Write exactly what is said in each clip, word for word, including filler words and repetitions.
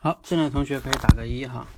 好，进来的同学可以打个一哈。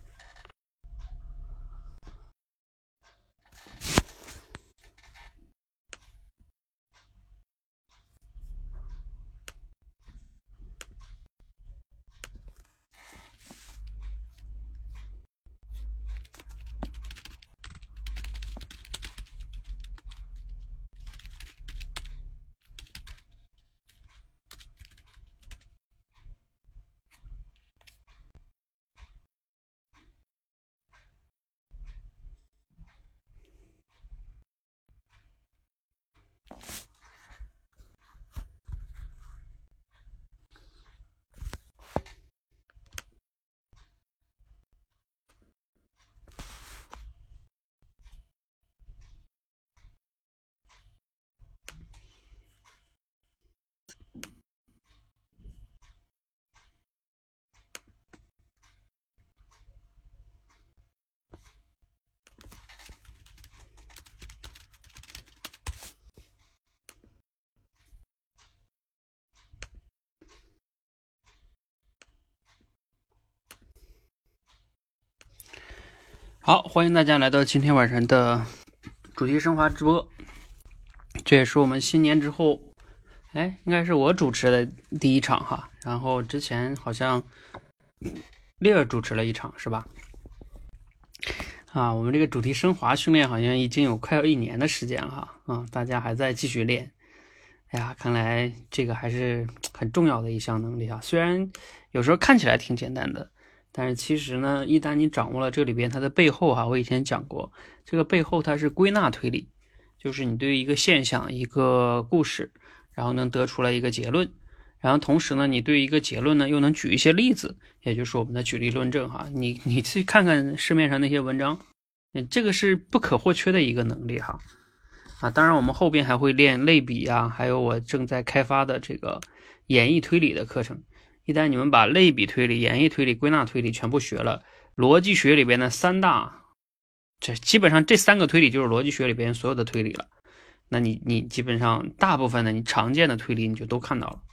好，欢迎大家来到今天晚上的主题升华直播。这也是我们新年之后，哎，应该是我主持的第一场哈。然后之前好像丽儿主持了一场，是吧？啊，我们这个主题升华训练好像已经有快要一年的时间了哈。啊，大家还在继续练。哎呀，看来这个还是很重要的一项能力啊。虽然有时候看起来挺简单的。但是其实呢，一旦你掌握了这里边它的背后哈，我以前讲过，这个背后它是归纳推理，就是你对于一个现象、一个故事，然后能得出来一个结论，然后同时呢，你对于一个结论呢又能举一些例子，也就是我们的举例论证哈。你你去看看市面上那些文章，这个是不可或缺的一个能力哈。啊，当然我们后边还会练类比啊，还有我正在开发的这个演绎推理的课程。一旦你们把类比推理、演绎推理、归纳推理全部学了，逻辑学里边的三大，这基本上这三个推理就是逻辑学里边所有的推理了。那你你基本上大部分的你常见的推理你就都看到了。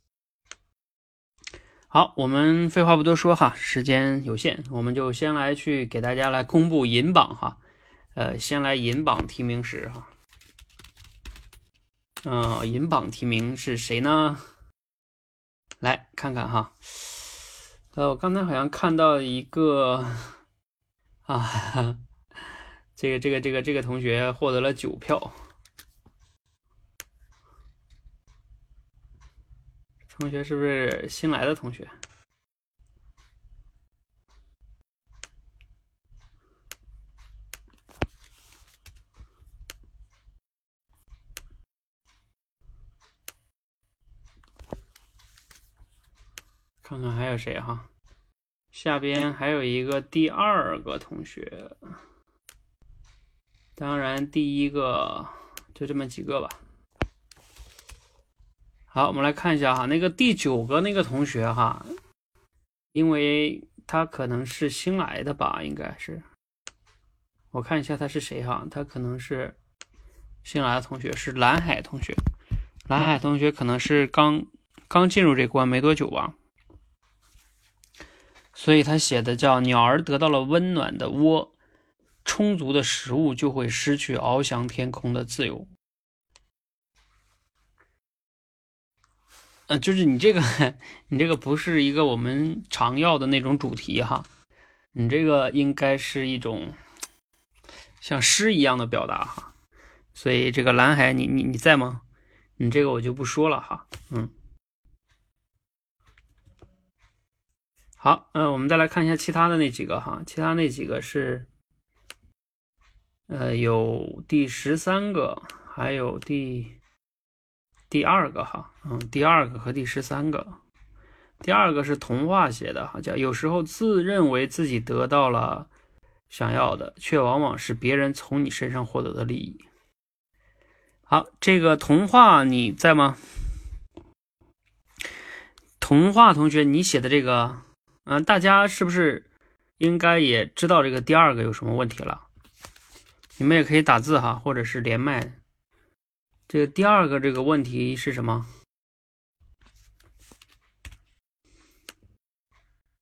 好，我们废话不多说哈，时间有限，我们就先来去给大家来公布银榜哈。呃，先来银榜提名时哈。嗯、呃，银榜提名是谁呢？来看看哈。呃，我刚才好像看到一个啊，这个这个这个这个同学获得了九票。同学是不是新来的同学？看看还有谁哈？下边还有一个第二个同学，当然第一个就这么几个吧。好，我们来看一下哈，那个第九个那个同学哈，因为他可能是新来的吧，应该是。我看一下他是谁哈，他可能是新来的同学，是蓝海同学。蓝海同学可能是刚刚进入这关没多久吧，所以他写的叫鸟儿得到了温暖的窝，充足的食物就会失去翱翔天空的自由。呃，就是你这个，你这个不是一个我们常要的那种主题哈，你这个应该是一种像诗一样的表达哈。所以这个蓝海，你你你在吗？你这个我就不说了哈，嗯。好，嗯、呃，我们再来看一下其他的那几个哈，其他那几个是，呃，有第十三个，还有第第二个哈，嗯，第二个和第十三个。第二个是童话写的哈，叫有时候自认为自己得到了想要的，却往往是别人从你身上获得的利益。好，这个童话你在吗？童话同学，你写的这个，嗯、呃，大家是不是应该也知道这个第二个有什么问题了？你们也可以打字哈，或者是连麦。这个第二个这个问题是什么？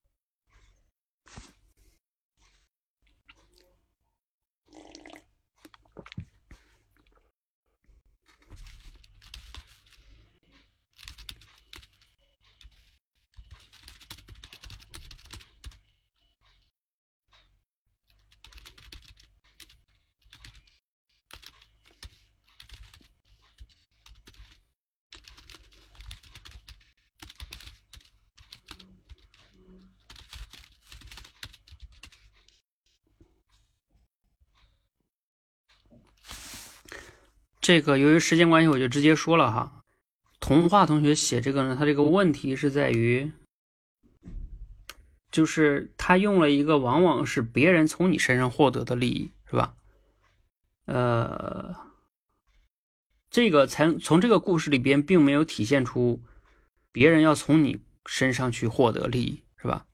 这个由于时间关系，我就直接说了哈。童话同学写这个呢，他这个问题是在于，就是他用了一个往往是别人从你身上获得的利益，是吧？呃，这个才从这个故事里边并没有体现出别人要从你身上去获得利益，是吧？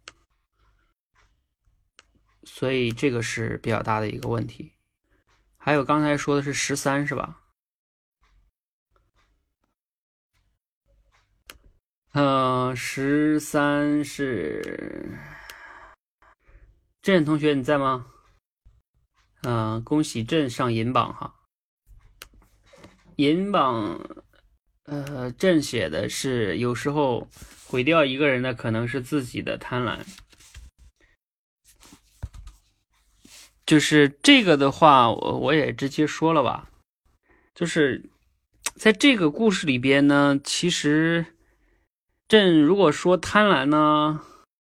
所以这个是比较大的一个问题。还有刚才说的是十三，是吧？嗯、呃，十三是郑同学你在吗？嗯、呃，恭喜郑上银榜哈。银榜，呃，郑写的是有时候毁掉一个人的可能是自己的贪婪。就是这个的话，我我也直接说了吧，就是在这个故事里边呢，其实朕如果说贪婪呢，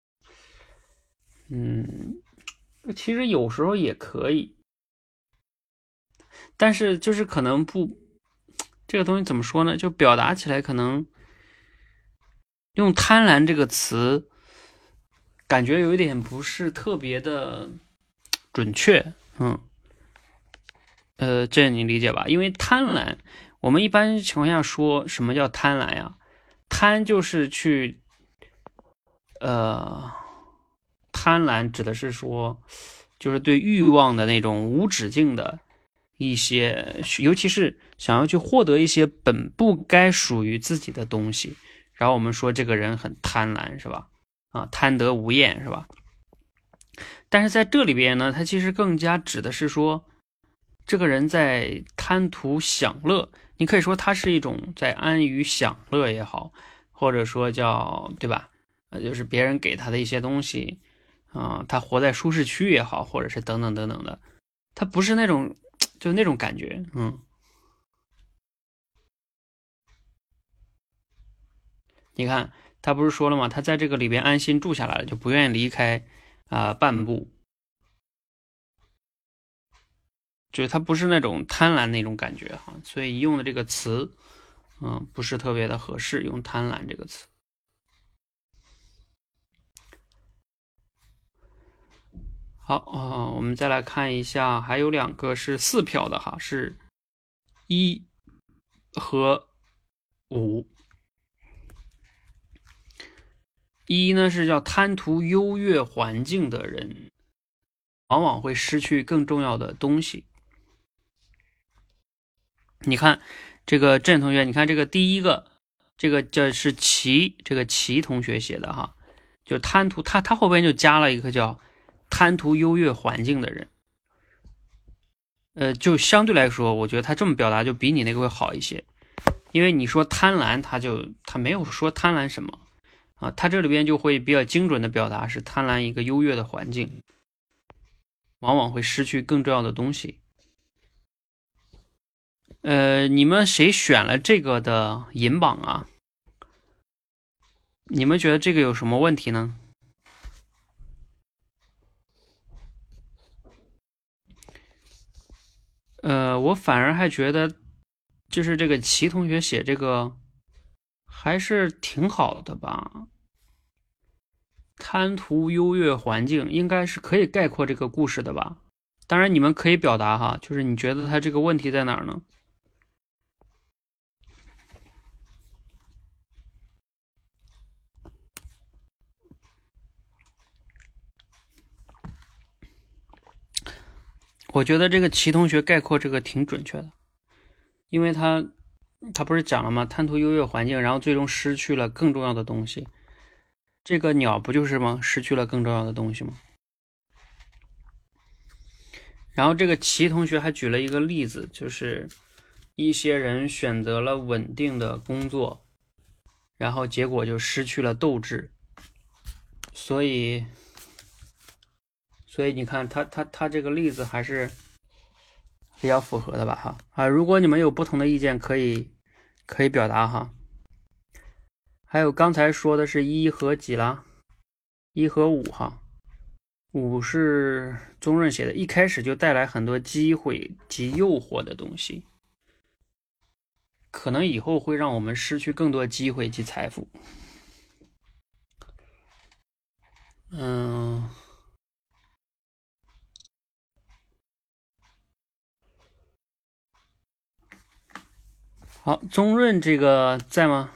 嗯，其实有时候也可以，但是就是可能不，这个东西怎么说呢？就表达起来可能用贪婪这个词，感觉有一点不是特别的准确，嗯。呃，这你理解吧？因为贪婪，我们一般情况下说什么叫贪婪呀？贪就是去，呃，贪婪指的是说，就是对欲望的那种无止境的一些，尤其是想要去获得一些本不该属于自己的东西。然后我们说这个人很贪婪，是吧？啊，贪得无厌，是吧？但是在这里边呢，它其实更加指的是说，这个人在贪图享乐，你可以说他是一种在安于享乐也好，或者说叫对吧？呃，就是别人给他的一些东西，啊、呃，他活在舒适区也好，或者是等等等等的，他不是那种就那种感觉，嗯。你看他不是说了吗？他在这个里边安心住下来了，就不愿意离开啊、呃、半步。就是他不是那种贪婪那种感觉哈，所以用的这个词，嗯，不是特别的合适，用贪婪这个词。好啊、呃，我们再来看一下，还有两个是四票的哈，是一和五。一呢是叫贪图优越环境的人，往往会失去更重要的东西。你看这个郑同学，你看这个第一个，这个这是齐，这个齐同学写的哈，就贪图他他后边就加了一个叫贪图优越环境的人，呃，就相对来说，我觉得他这么表达就比你那个会好一些，因为你说贪婪，他就他没有说贪婪什么啊，他这里边就会比较精准的表达是贪婪一个优越的环境，往往会失去更重要的东西。呃，你们谁选了这个的银榜啊？你们觉得这个有什么问题呢？呃，我反而还觉得，就是这个齐同学写这个还是挺好的吧。贪图优越环境应该是可以概括这个故事的吧。当然，你们可以表达哈，就是你觉得他这个问题在哪儿呢？我觉得这个齐同学概括这个挺准确的，因为他他不是讲了吗？贪图优越环境，然后最终失去了更重要的东西。这个鸟不就是吗？失去了更重要的东西吗？然后这个齐同学还举了一个例子，就是一些人选择了稳定的工作，然后结果就失去了斗志。所以，所以你看他他他这个例子还是比较符合的吧？哈啊，如果你们有不同的意见，可以可以表达哈。还有刚才说的是一和几啦？一和五哈。五是宗润写的，一开始就带来很多机会及诱惑的东西。 可能以后会让我们失去更多机会及财富。嗯，好，中润这个在吗？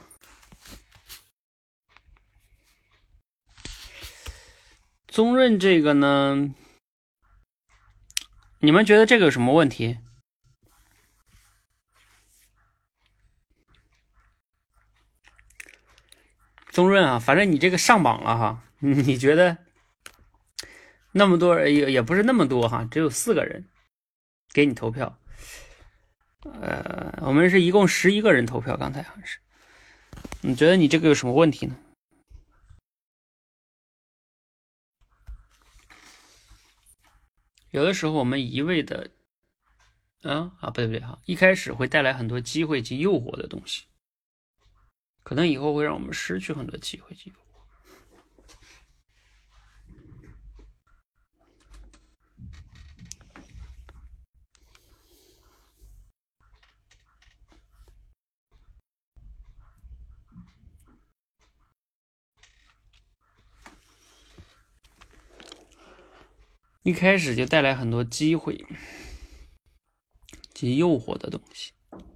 中润这个呢，你们觉得这个有什么问题？中润啊，反正你这个上榜了哈，你觉得那么多人也也不是那么多哈，只有四个人给你投票。呃，我们是一共十一个人投票，刚才好像是。你觉得你这个有什么问题呢？有的时候我们一味的，啊啊，不对不对哈，一开始会带来很多机会及诱惑的东西，可能以后会让我们失去很多机会及诱惑。一开始就带来很多机会及诱惑的东西。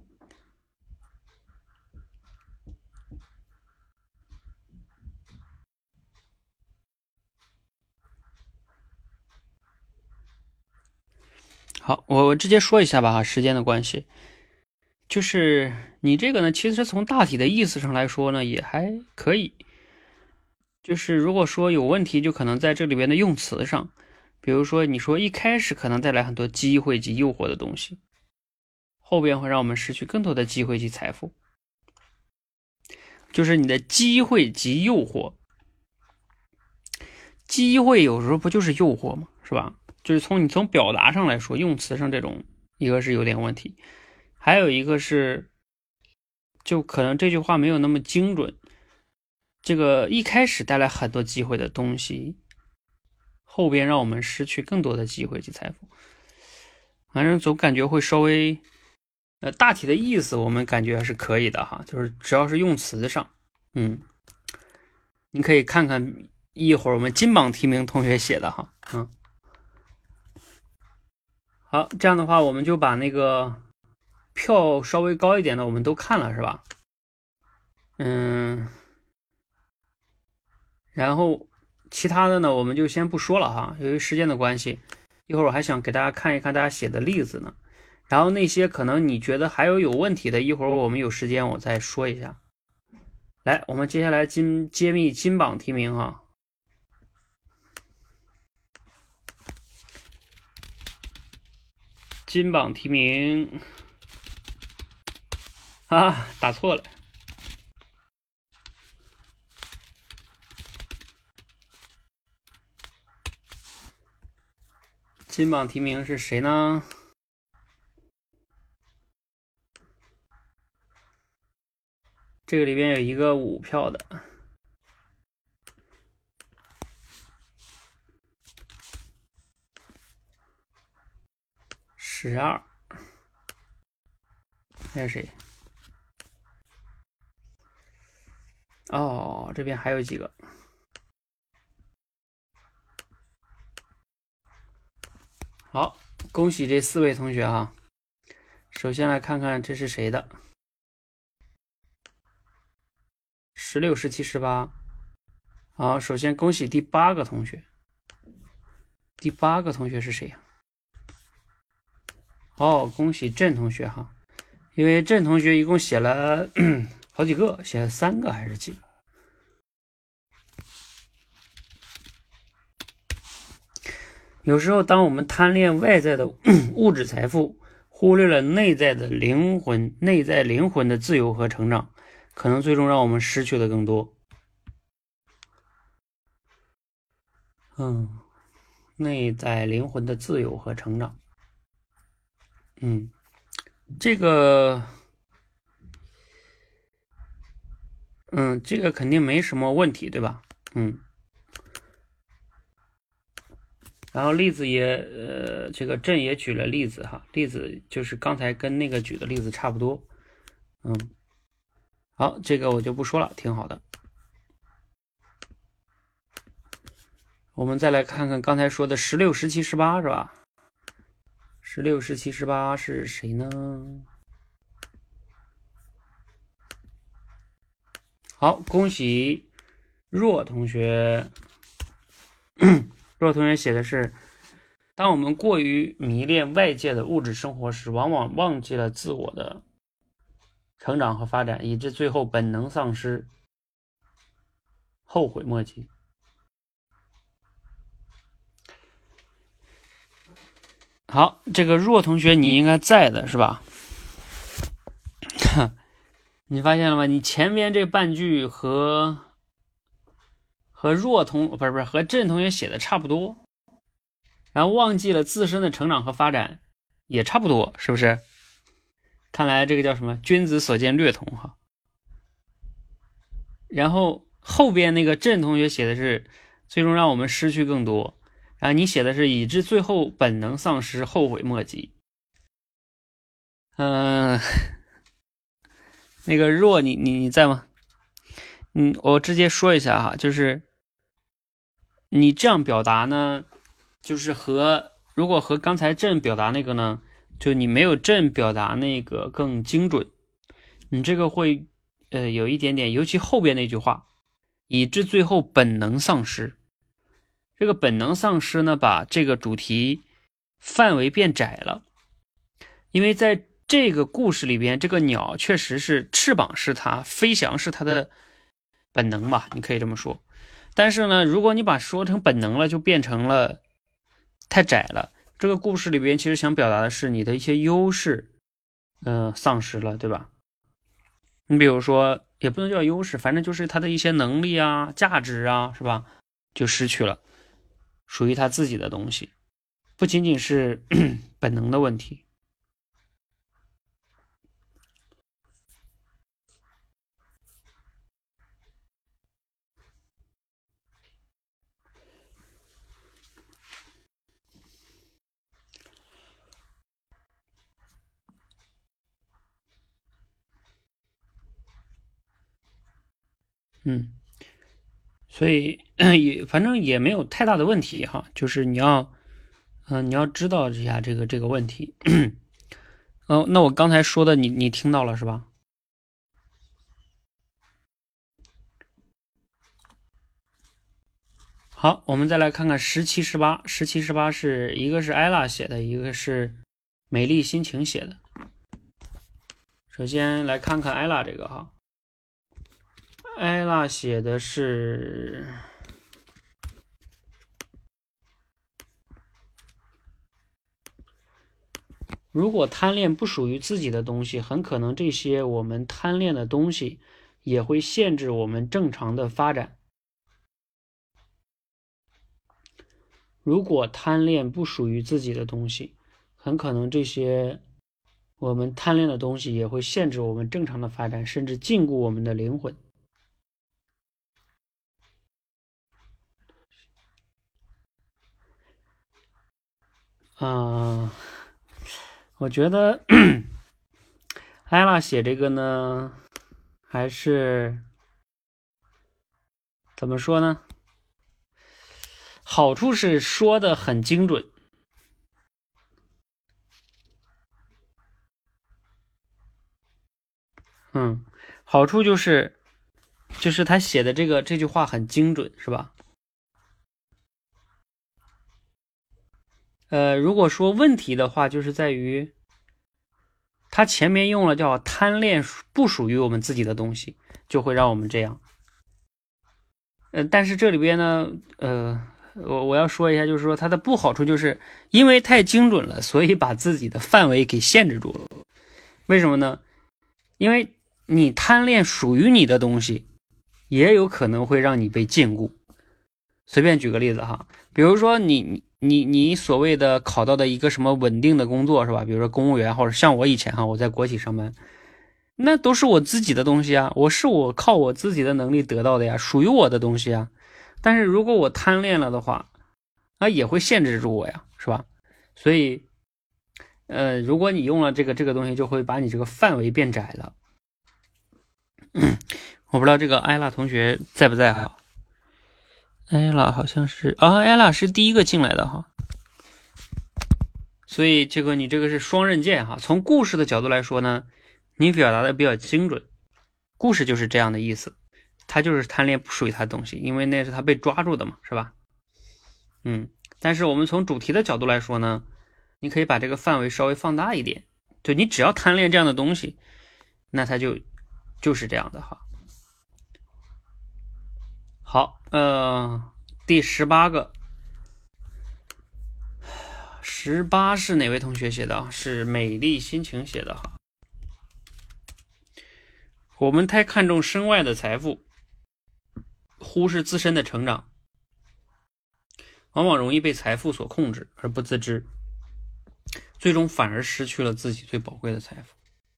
好，我我直接说一下吧哈，时间的关系，就是你这个呢，其实从大体的意思上来说呢，也还可以。就是如果说有问题，就可能在这里边的用词上，比如说你说一开始可能带来很多机会及诱惑的东西，后边会让我们失去更多的机会及财富。就是你的机会及诱惑，机会有时候不就是诱惑吗？是吧？就是从你从表达上来说，用词上这种一个是有点问题，还有一个是就可能这句话没有那么精准。这个一开始带来很多机会的东西，后边让我们失去更多的机会及财富。反正总感觉会稍微，呃，大体的意思我们感觉还是可以的哈，就是只要是用词上，嗯，你可以看看一会儿我们金榜题名同学写的哈，嗯，好，这样的话我们就把那个票稍微高一点的我们都看了是吧？嗯，然后其他的呢我们就先不说了哈，由于时间的关系，一会儿我还想给大家看一看大家写的例子呢。然后那些可能你觉得还有有问题的，一会儿我们有时间我再说一下。来，我们接下来金揭秘金榜题名哈。金榜题名啊，打错了。金榜题名是谁呢？这个里边有一个五票的，十二，还有谁？哦，这边还有几个。好，恭喜这四位同学哈。首先来看看这是谁的，十六、十七、十八。好，首先恭喜第八个同学。第八个同学是谁呀？哦，恭喜郑同学哈，因为郑同学一共写了好几个，写了三个还是几个？有时候，当我们贪恋外在的物质财富，忽略了内在的灵魂、内在灵魂的自由和成长，可能最终让我们失去的更多。嗯，内在灵魂的自由和成长。嗯，这个，嗯，这个肯定没什么问题，对吧？嗯。然后例子也，呃，这个朕也举了例子哈，例子就是刚才跟那个举的例子差不多。 嗯，好，这个我就不说了，挺好的。我们再来看看刚才说的十六、十七、十八是吧？十六、十七、十八是谁呢？好，恭喜若同学。若同学写的是：当我们过于迷恋外界的物质生活时，往往忘记了自我的成长和发展，以致最后本能丧失，后悔莫及。好，这个若同学你应该在的是吧？你发现了吗？你前面这半句和和若同不是不是和郑同学写的差不多，然后忘记了自身的成长和发展也差不多，是不是？看来这个叫什么？君子所见略同哈。然后后边那个郑同学写的是最终让我们失去更多，然后你写的是以致最后本能丧失，后悔莫及。嗯、呃，那个若你你你在吗？嗯，我直接说一下哈，就是你这样表达呢，就是和如果和刚才朕表达那个呢，就你没有朕表达那个更精准，你这个会呃有一点点，尤其后边那句话，以致最后本能丧失。这个本能丧失呢，把这个主题范围变窄了，因为在这个故事里边，这个鸟确实是翅膀是它飞翔是它的本能吧，你可以这么说。但是呢，如果你把说成本能了，就变成了太窄了。这个故事里边其实想表达的是你的一些优势，呃，丧失了，对吧？你比如说，也不能叫优势，反正就是他的一些能力啊、价值啊，是吧？就失去了属于他自己的东西，不仅仅是本能的问题。嗯，所以也反正也没有太大的问题哈，就是你要，嗯、呃，你要知道一下这个这个问题。哦，那我刚才说的你你听到了是吧？好，我们再来看看十七、十八。十七、十八是一个是艾拉写的，一个是美丽心情写的。首先来看看艾拉这个哈。艾拉写的是，如果贪恋不属于自己的东西，很可能这些我们贪恋的东西也会限制我们正常的发展。如果贪恋不属于自己的东西，很可能这些我们贪恋的东西也会限制我们正常的发展，甚至禁锢我们的灵魂。啊、呃，我觉得艾拉写这个呢，还是怎么说呢？好处是说的很精准，嗯，好处就是，就是他写的这个这句话很精准，是吧？呃，如果说问题的话，就是在于他前面用了叫贪恋不属于我们自己的东西，就会让我们这样。呃，但是这里边呢，呃，我我要说一下，就是说它的不好处就是因为太精准了，所以把自己的范围给限制住了。为什么呢？因为你贪恋属于你的东西，也有可能会让你被禁锢。随便举个例子哈，比如说你你你所谓的考到的一个什么稳定的工作是吧？比如说公务员，或者像我以前哈，我在国企上班，那都是我自己的东西啊，我是我靠我自己的能力得到的呀，属于我的东西啊。但是如果我贪恋了的话，那也会限制住我呀，是吧？所以，呃，如果你用了这个这个东西，就会把你这个范围变窄了。 我不知道这个艾拉同学在不在哈？艾拉好像是啊，艾拉是第一个进来的哈。所以这个你这个是双刃剑哈。从故事的角度来说呢，你表达的比较精准，故事就是这样的意思，他就是贪恋不属于他的东西，因为那是他被抓住的嘛，是吧？嗯，但是我们从主题的角度来说呢，你可以把这个范围稍微放大一点，就你只要贪恋这样的东西，那他就就是这样的哈。好，呃，第十八个。十八是哪位同学写的？是美丽心情写的哈。我们太看重身外的财富，忽视自身的成长，往往容易被财富所控制而不自知，最终反而失去了自己最宝贵的财富。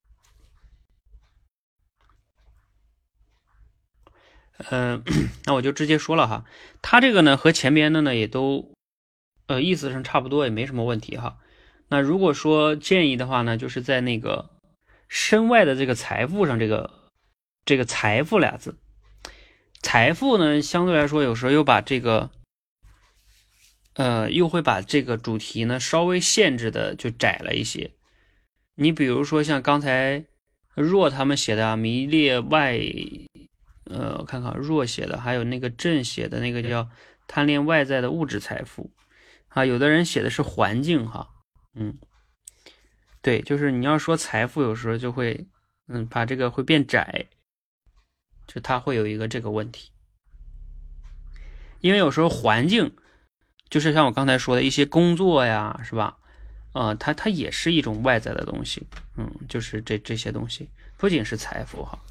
嗯、呃，那我就直接说了哈，他这个呢和前边的呢也都呃，意思上差不多，也没什么问题哈。那如果说建议的话呢，就是在那个身外的这个财富上，这个这个财富俩字，财富呢相对来说有时候又把这个呃又会把这个主题呢稍微限制的就窄了一些。你比如说像刚才若他们写的啊，迷恋外呃我看看若写的，还有那个朕写的那个叫贪恋外在的物质财富。啊，有的人写的是环境哈，嗯，对，就是你要说财富，有时候就会，嗯，把这个会变窄，就它会有一个这个问题，因为有时候环境，就是像我刚才说的一些工作呀，是吧？啊、呃，它它也是一种外在的东西，嗯，就是这这些东西，不仅是财富哈。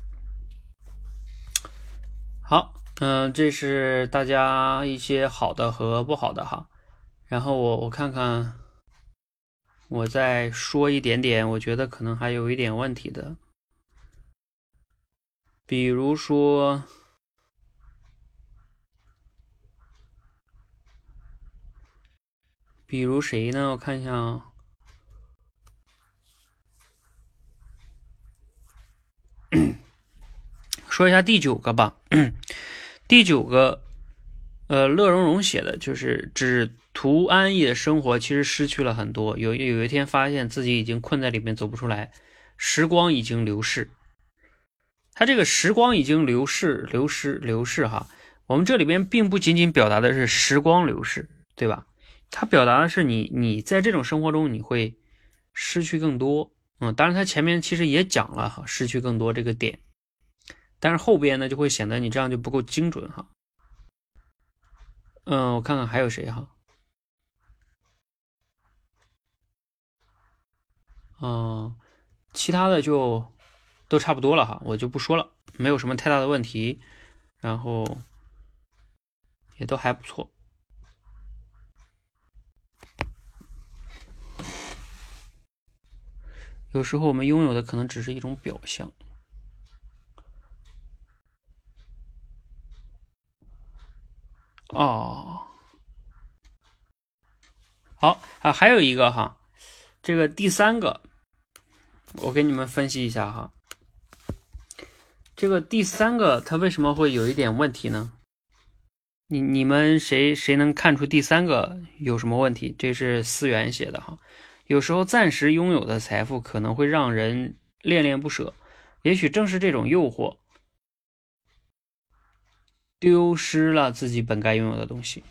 好，嗯、呃，这是大家一些好的和不好的哈。然后我我看看，我再说一点点，我觉得可能还有一点问题的，比如说，比如谁呢？我看一下啊，说一下第九个吧。第九个，呃，乐融融写的就是只图安逸的生活，其实失去了很多。有有一天发现自己已经困在里面走不出来，时光已经流逝。他这个时光已经流逝，流失，流逝哈。我们这里边并不仅仅表达的是时光流逝，对吧？它表达的是你你在这种生活中你会失去更多。嗯，当然他前面其实也讲了哈，失去更多这个点。但是后边呢就会显得你这样就不够精准哈。嗯，我看看还有谁哈。嗯，其他的就都差不多了哈，我就不说了，没有什么太大的问题，然后也都还不错。有时候我们拥有的可能只是一种表象。哦，好啊，还有一个哈，这个第三个，我给你们分析一下哈。这个第三个它为什么会有一点问题呢？你你们谁谁能看出第三个有什么问题？这是思源写的哈。有时候暂时拥有的财富可能会让人恋恋不舍，也许正是这种诱惑，丢失了自己本该拥有的东西。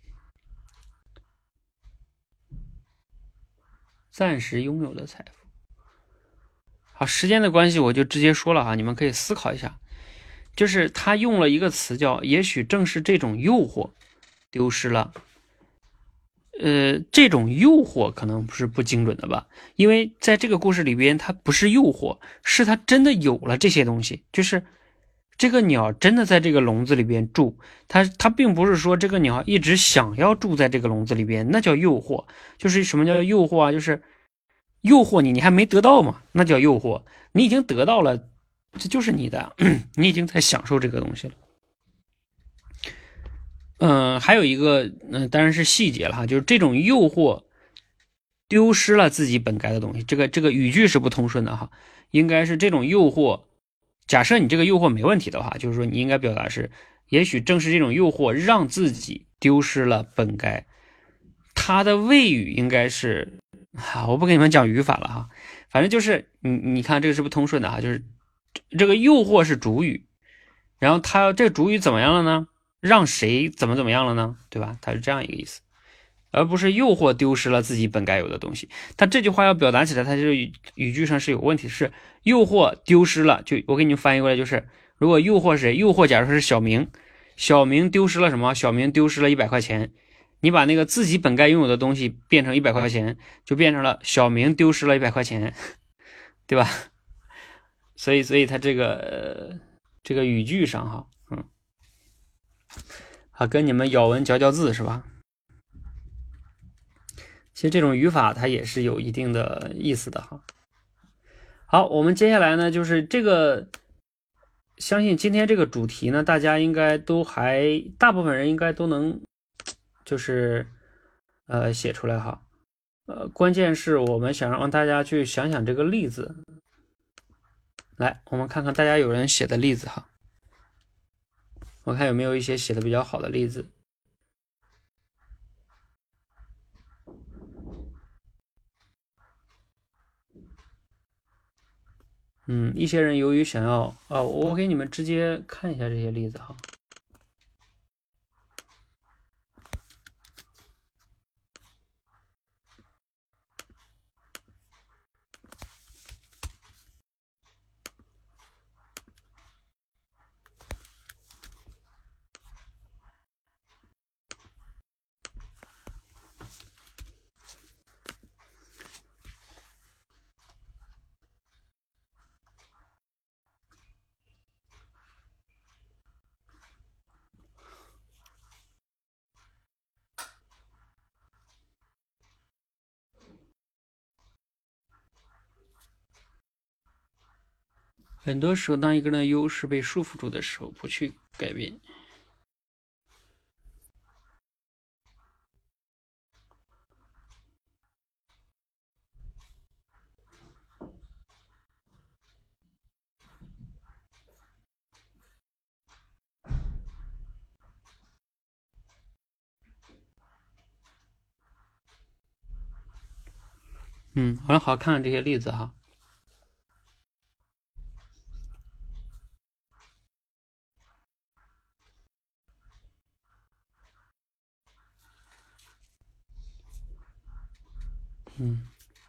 暂时拥有的财富。好，时间的关系我就直接说了哈，你们可以思考一下。就是他用了一个词叫也许正是这种诱惑丢失了。呃，这种诱惑可能是不精准的吧，因为在这个故事里边它不是诱惑，是它真的有了这些东西，就是这个鸟真的在这个笼子里边住，它它并不是说这个鸟一直想要住在这个笼子里边，那叫诱惑。就是什么叫诱惑啊？就是诱惑你，你还没得到嘛，那叫诱惑。你已经得到了，这就是你的，你已经在享受这个东西了。嗯、呃，还有一个，嗯、呃，当然是细节了哈，就是这种诱惑丢失了自己本该的东西。这个这个语句是不通顺的哈，应该是这种诱惑假设你这个诱惑没问题的话，就是说你应该表达是，也许正是这种诱惑让自己丢失了本该。它的谓语应该是，啊，我不跟你们讲语法了哈，反正就是你你看这个是不是通顺的哈？就是这个诱惑是主语，然后它这个主语怎么样了呢？让谁怎么怎么样了呢？对吧？它是这样一个意思，而不是诱惑丢失了自己本该有的东西。它这句话要表达起来，它就是语语句上是有问题，是诱惑丢失了。就我给你们翻译过来，就是如果诱惑是谁？诱惑假如说是小明，小明丢失了什么？小明丢失了一百块钱。你把那个自己本该拥有的东西变成一百块钱，就变成了小明丢失了一百块钱，对吧？所以，所以它这个、呃、这个语句上哈，嗯，好，跟你们咬文嚼嚼字是吧？其实这种语法它也是有一定的意思的哈。好，我们接下来呢，就是这个，相信今天这个主题呢，大家应该都还，大部分人应该都能，就是呃写出来哈。呃，关键是我们想让大家去想想这个例子。来，我们看看大家有人写的例子哈，我看有没有一些写的比较好的例子。嗯，一些人由于想要啊，我给你们直接看一下这些例子哈。很多时候，当一个人的优势被束缚住的时候，不去改变。嗯，好了，好看看这些例子哈。嗯，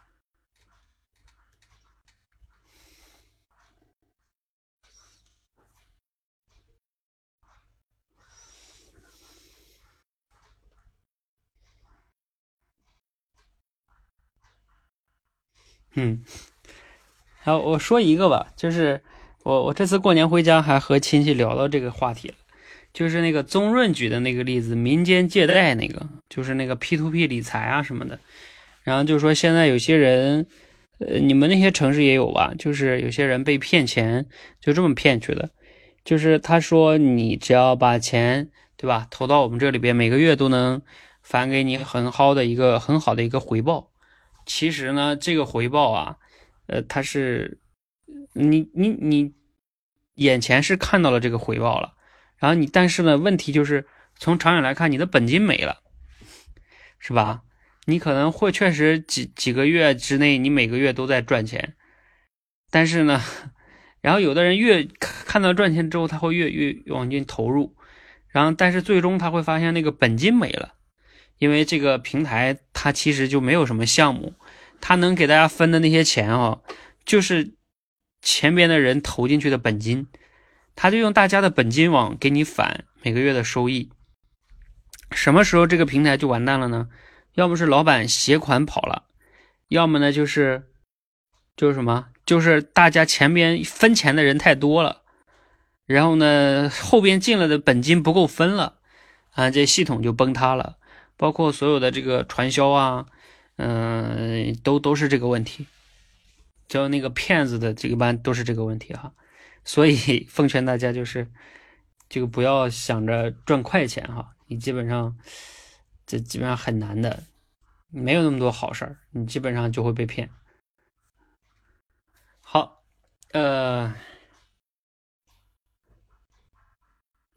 嗯，好，我说一个吧，就是我我这次过年回家还和亲戚聊到这个话题了，就是那个宗润举的那个例子，民间借贷那个，就是那个 P to P 理财啊什么的。然后就说现在有些人，呃，你们那些城市也有吧？就是有些人被骗钱，就这么骗去的。就是他说你只要把钱，对吧，投到我们这里边，每个月都能返给你很好的一个很好的一个回报。其实呢，这个回报啊，呃，它是你你你眼前是看到了这个回报了，然后你但是呢，问题就是从长远来看，你的本金没了，是吧？你可能会确实几几个月之内，你每个月都在赚钱，但是呢，然后有的人越看到赚钱之后，他会越越往进投入，然后但是最终他会发现那个本金没了，因为这个平台它其实就没有什么项目，它能给大家分的那些钱哦，就是前边的人投进去的本金，他就用大家的本金往给你返每个月的收益。什么时候这个平台就完蛋了呢？要么是老板携款跑了，要么呢就是就是什么，就是大家前边分钱的人太多了，然后呢后边进了的本金不够分了啊，这系统就崩塌了，包括所有的这个传销啊，嗯、呃，都都是这个问题，就那个骗子的这个班都是这个问题哈，所以奉劝大家就是这个不要想着赚快钱哈，你基本上这基本上很难的，没有那么多好事儿，你基本上就会被骗。好，呃。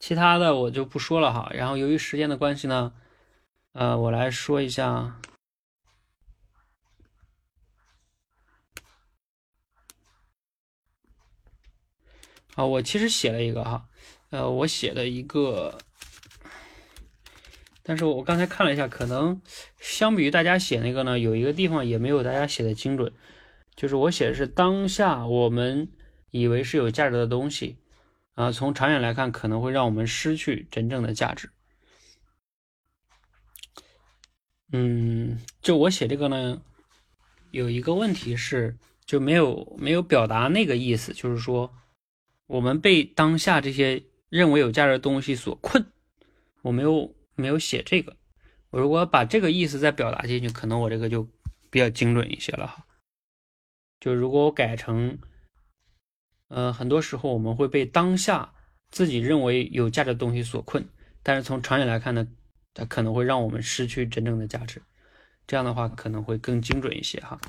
其他的我就不说了哈。然后由于时间的关系呢，呃，我来说一下。啊，我其实写了一个哈，呃，我写了一个，但是我刚才看了一下，可能相比于大家写那个呢，有一个地方也没有大家写的精准，就是我写的是当下我们以为是有价值的东西，啊，从长远来看可能会让我们失去真正的价值。嗯，就我写这个呢，有一个问题是就没有没有表达那个意思，就是说我们被当下这些认为有价值的东西所困，我没有没有写这个。我如果把这个意思再表达进去，可能我这个就比较精准一些了哈。就如果我改成，呃，很多时候我们会被当下自己认为有价值的东西所困，但是从长远来看呢，它可能会让我们失去真正的价值。这样的话可能会更精准一些哈。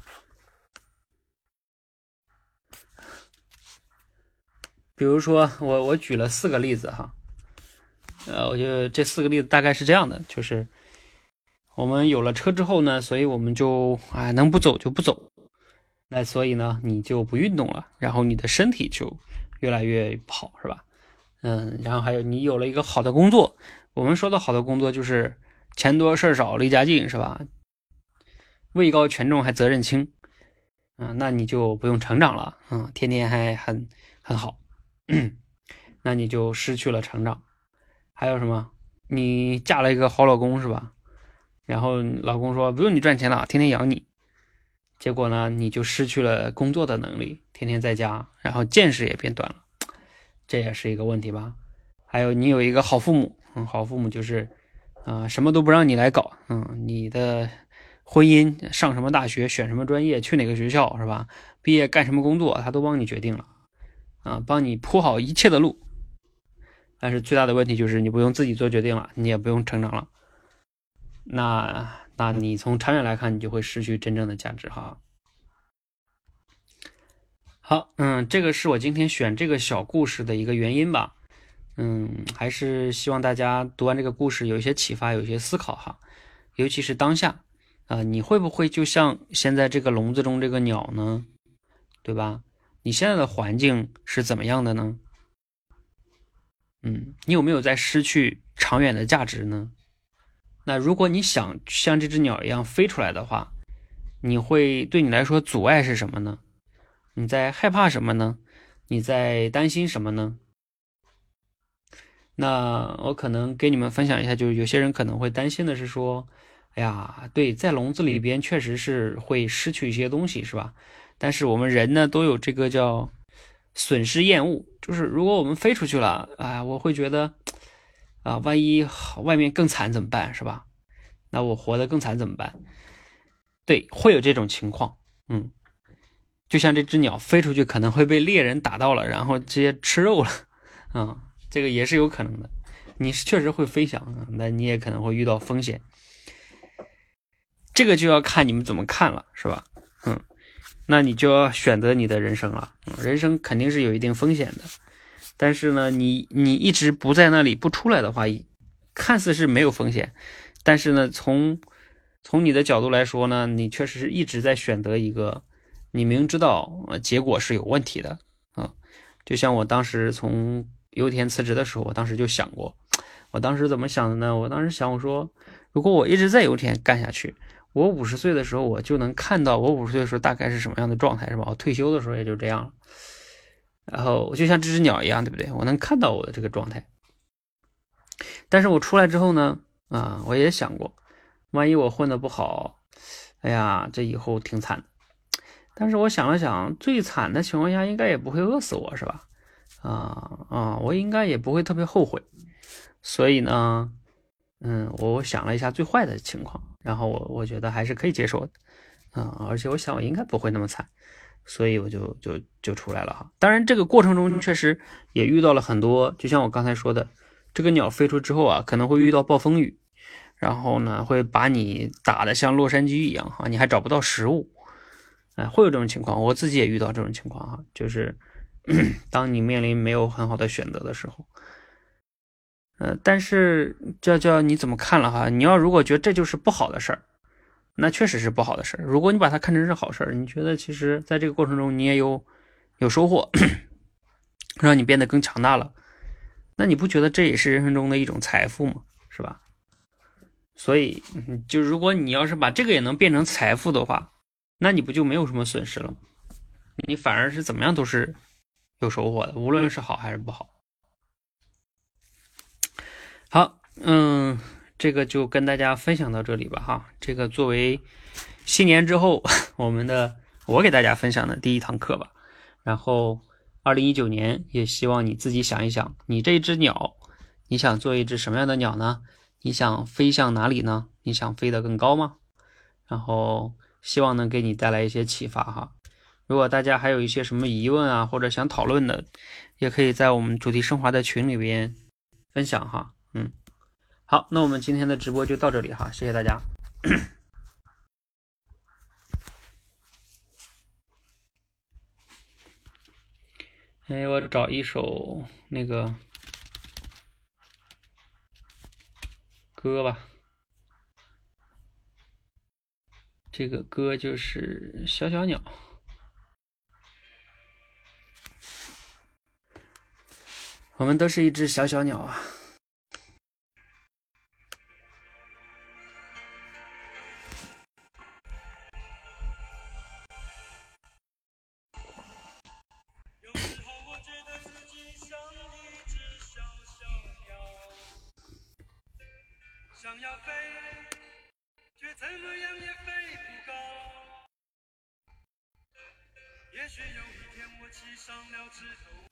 比如说我我举了四个例子哈，呃，我觉得这四个例子大概是这样的，就是我们有了车之后呢，所以我们就啊能不走就不走，那所以呢你就不运动了，然后你的身体就越来越不好，是吧？嗯，然后还有你有了一个好的工作，我们说的好的工作就是钱多事少离家近，是吧？位高权重还责任轻，嗯，那你就不用成长了，嗯，天天还很很好，那你就失去了成长。还有什么？你嫁了一个好老公，是吧？然后老公说不用你赚钱了，天天养你，结果呢你就失去了工作的能力，天天在家，然后见识也变短了，这也是一个问题吧。还有你有一个好父母，嗯，好父母就是啊、呃什么都不让你来搞，嗯，你的婚姻上什么大学，选什么专业，去哪个学校，是吧？毕业干什么工作，他都帮你决定了，啊，帮你铺好一切的路。但是最大的问题就是你不用自己做决定了，你也不用成长了。那那你从长远来看，你就会失去真正的价值哈。好，嗯，这个是我今天选这个小故事的一个原因吧。嗯，还是希望大家读完这个故事有一些启发，有一些思考哈。尤其是当下啊、呃，你会不会就像现在这个笼子中这个鸟呢？对吧？你现在的环境是怎么样的呢？嗯，你有没有在失去长远的价值呢？那如果你想像这只鸟一样飞出来的话，你会对你来说阻碍是什么呢？你在害怕什么呢？你在担心什么呢？那我可能给你们分享一下，就是有些人可能会担心的是说，哎呀，对，在笼子里边确实是会失去一些东西，是吧？但是我们人呢都有这个叫损失厌恶，就是如果我们飞出去了，啊，我会觉得啊，万一外面更惨怎么办，是吧？那我活得更惨怎么办？对，会有这种情况，嗯，就像这只鸟飞出去可能会被猎人打到了，然后直接吃肉了，啊、嗯，这个也是有可能的。你确实会飞翔，那你也可能会遇到风险，这个就要看你们怎么看了，是吧？嗯，那你就要选择你的人生了，嗯、人生肯定是有一定风险的，但是呢，你你一直不在那里不出来的话，看似是没有风险，但是呢，从从你的角度来说呢，你确实是一直在选择一个你明知道呃结果是有问题的啊、嗯。就像我当时从油田辞职的时候，我当时就想过，我当时怎么想的呢？我当时想，我说，如果我一直在油田干下去，我五十岁的时候我就能看到我五十岁的时候大概是什么样的状态，是吧？我退休的时候也就这样了。然后就像这只鸟一样，对不对？我能看到我的这个状态。但是我出来之后呢，啊，我也想过，万一我混得不好，哎呀，这以后挺惨的。但是我想了想，最惨的情况下应该也不会饿死我，是吧？啊啊，我应该也不会特别后悔。所以呢，嗯，我想了一下最坏的情况，然后我我觉得还是可以接受的，啊，而且我想我应该不会那么惨，所以我就就就出来了哈。当然，这个过程中确实也遇到了很多，就像我刚才说的，这个鸟飞出之后啊，可能会遇到暴风雨，然后呢会把你打得像洛杉矶一样哈，你还找不到食物，哎，会有这种情况，我自己也遇到这种情况哈，就是当你面临没有很好的选择的时候。 呃，但是叫叫你怎么看了哈？你要如果觉得这就是不好的事儿，那确实是不好的事儿。如果你把它看成是好事儿，你觉得其实在这个过程中你也有有收获，让你变得更强大了，那你不觉得这也是人生中的一种财富吗？是吧？所以，就如果你要是把这个也能变成财富的话，那你不就没有什么损失了？你反而是怎么样都是有收获的，无论是好还是不好。好，嗯，这个就跟大家分享到这里吧哈。这个作为新年之后我们的我给大家分享的第一堂课吧。然后二零一九年也希望你自己想一想，你这只鸟，你想做一只什么样的鸟呢？你想飞向哪里呢？你想飞得更高吗？然后希望能给你带来一些启发哈。如果大家还有一些什么疑问啊，或者想讨论的，也可以在我们主题升华的群里边分享哈。嗯，好，那我们今天的直播就到这里哈，谢谢大家。哎，我找一首那个歌吧，这个歌就是小小鸟。我们都是一只小小鸟啊。想要飞，却怎么样也飞不高。也许有一天我栖上了枝头。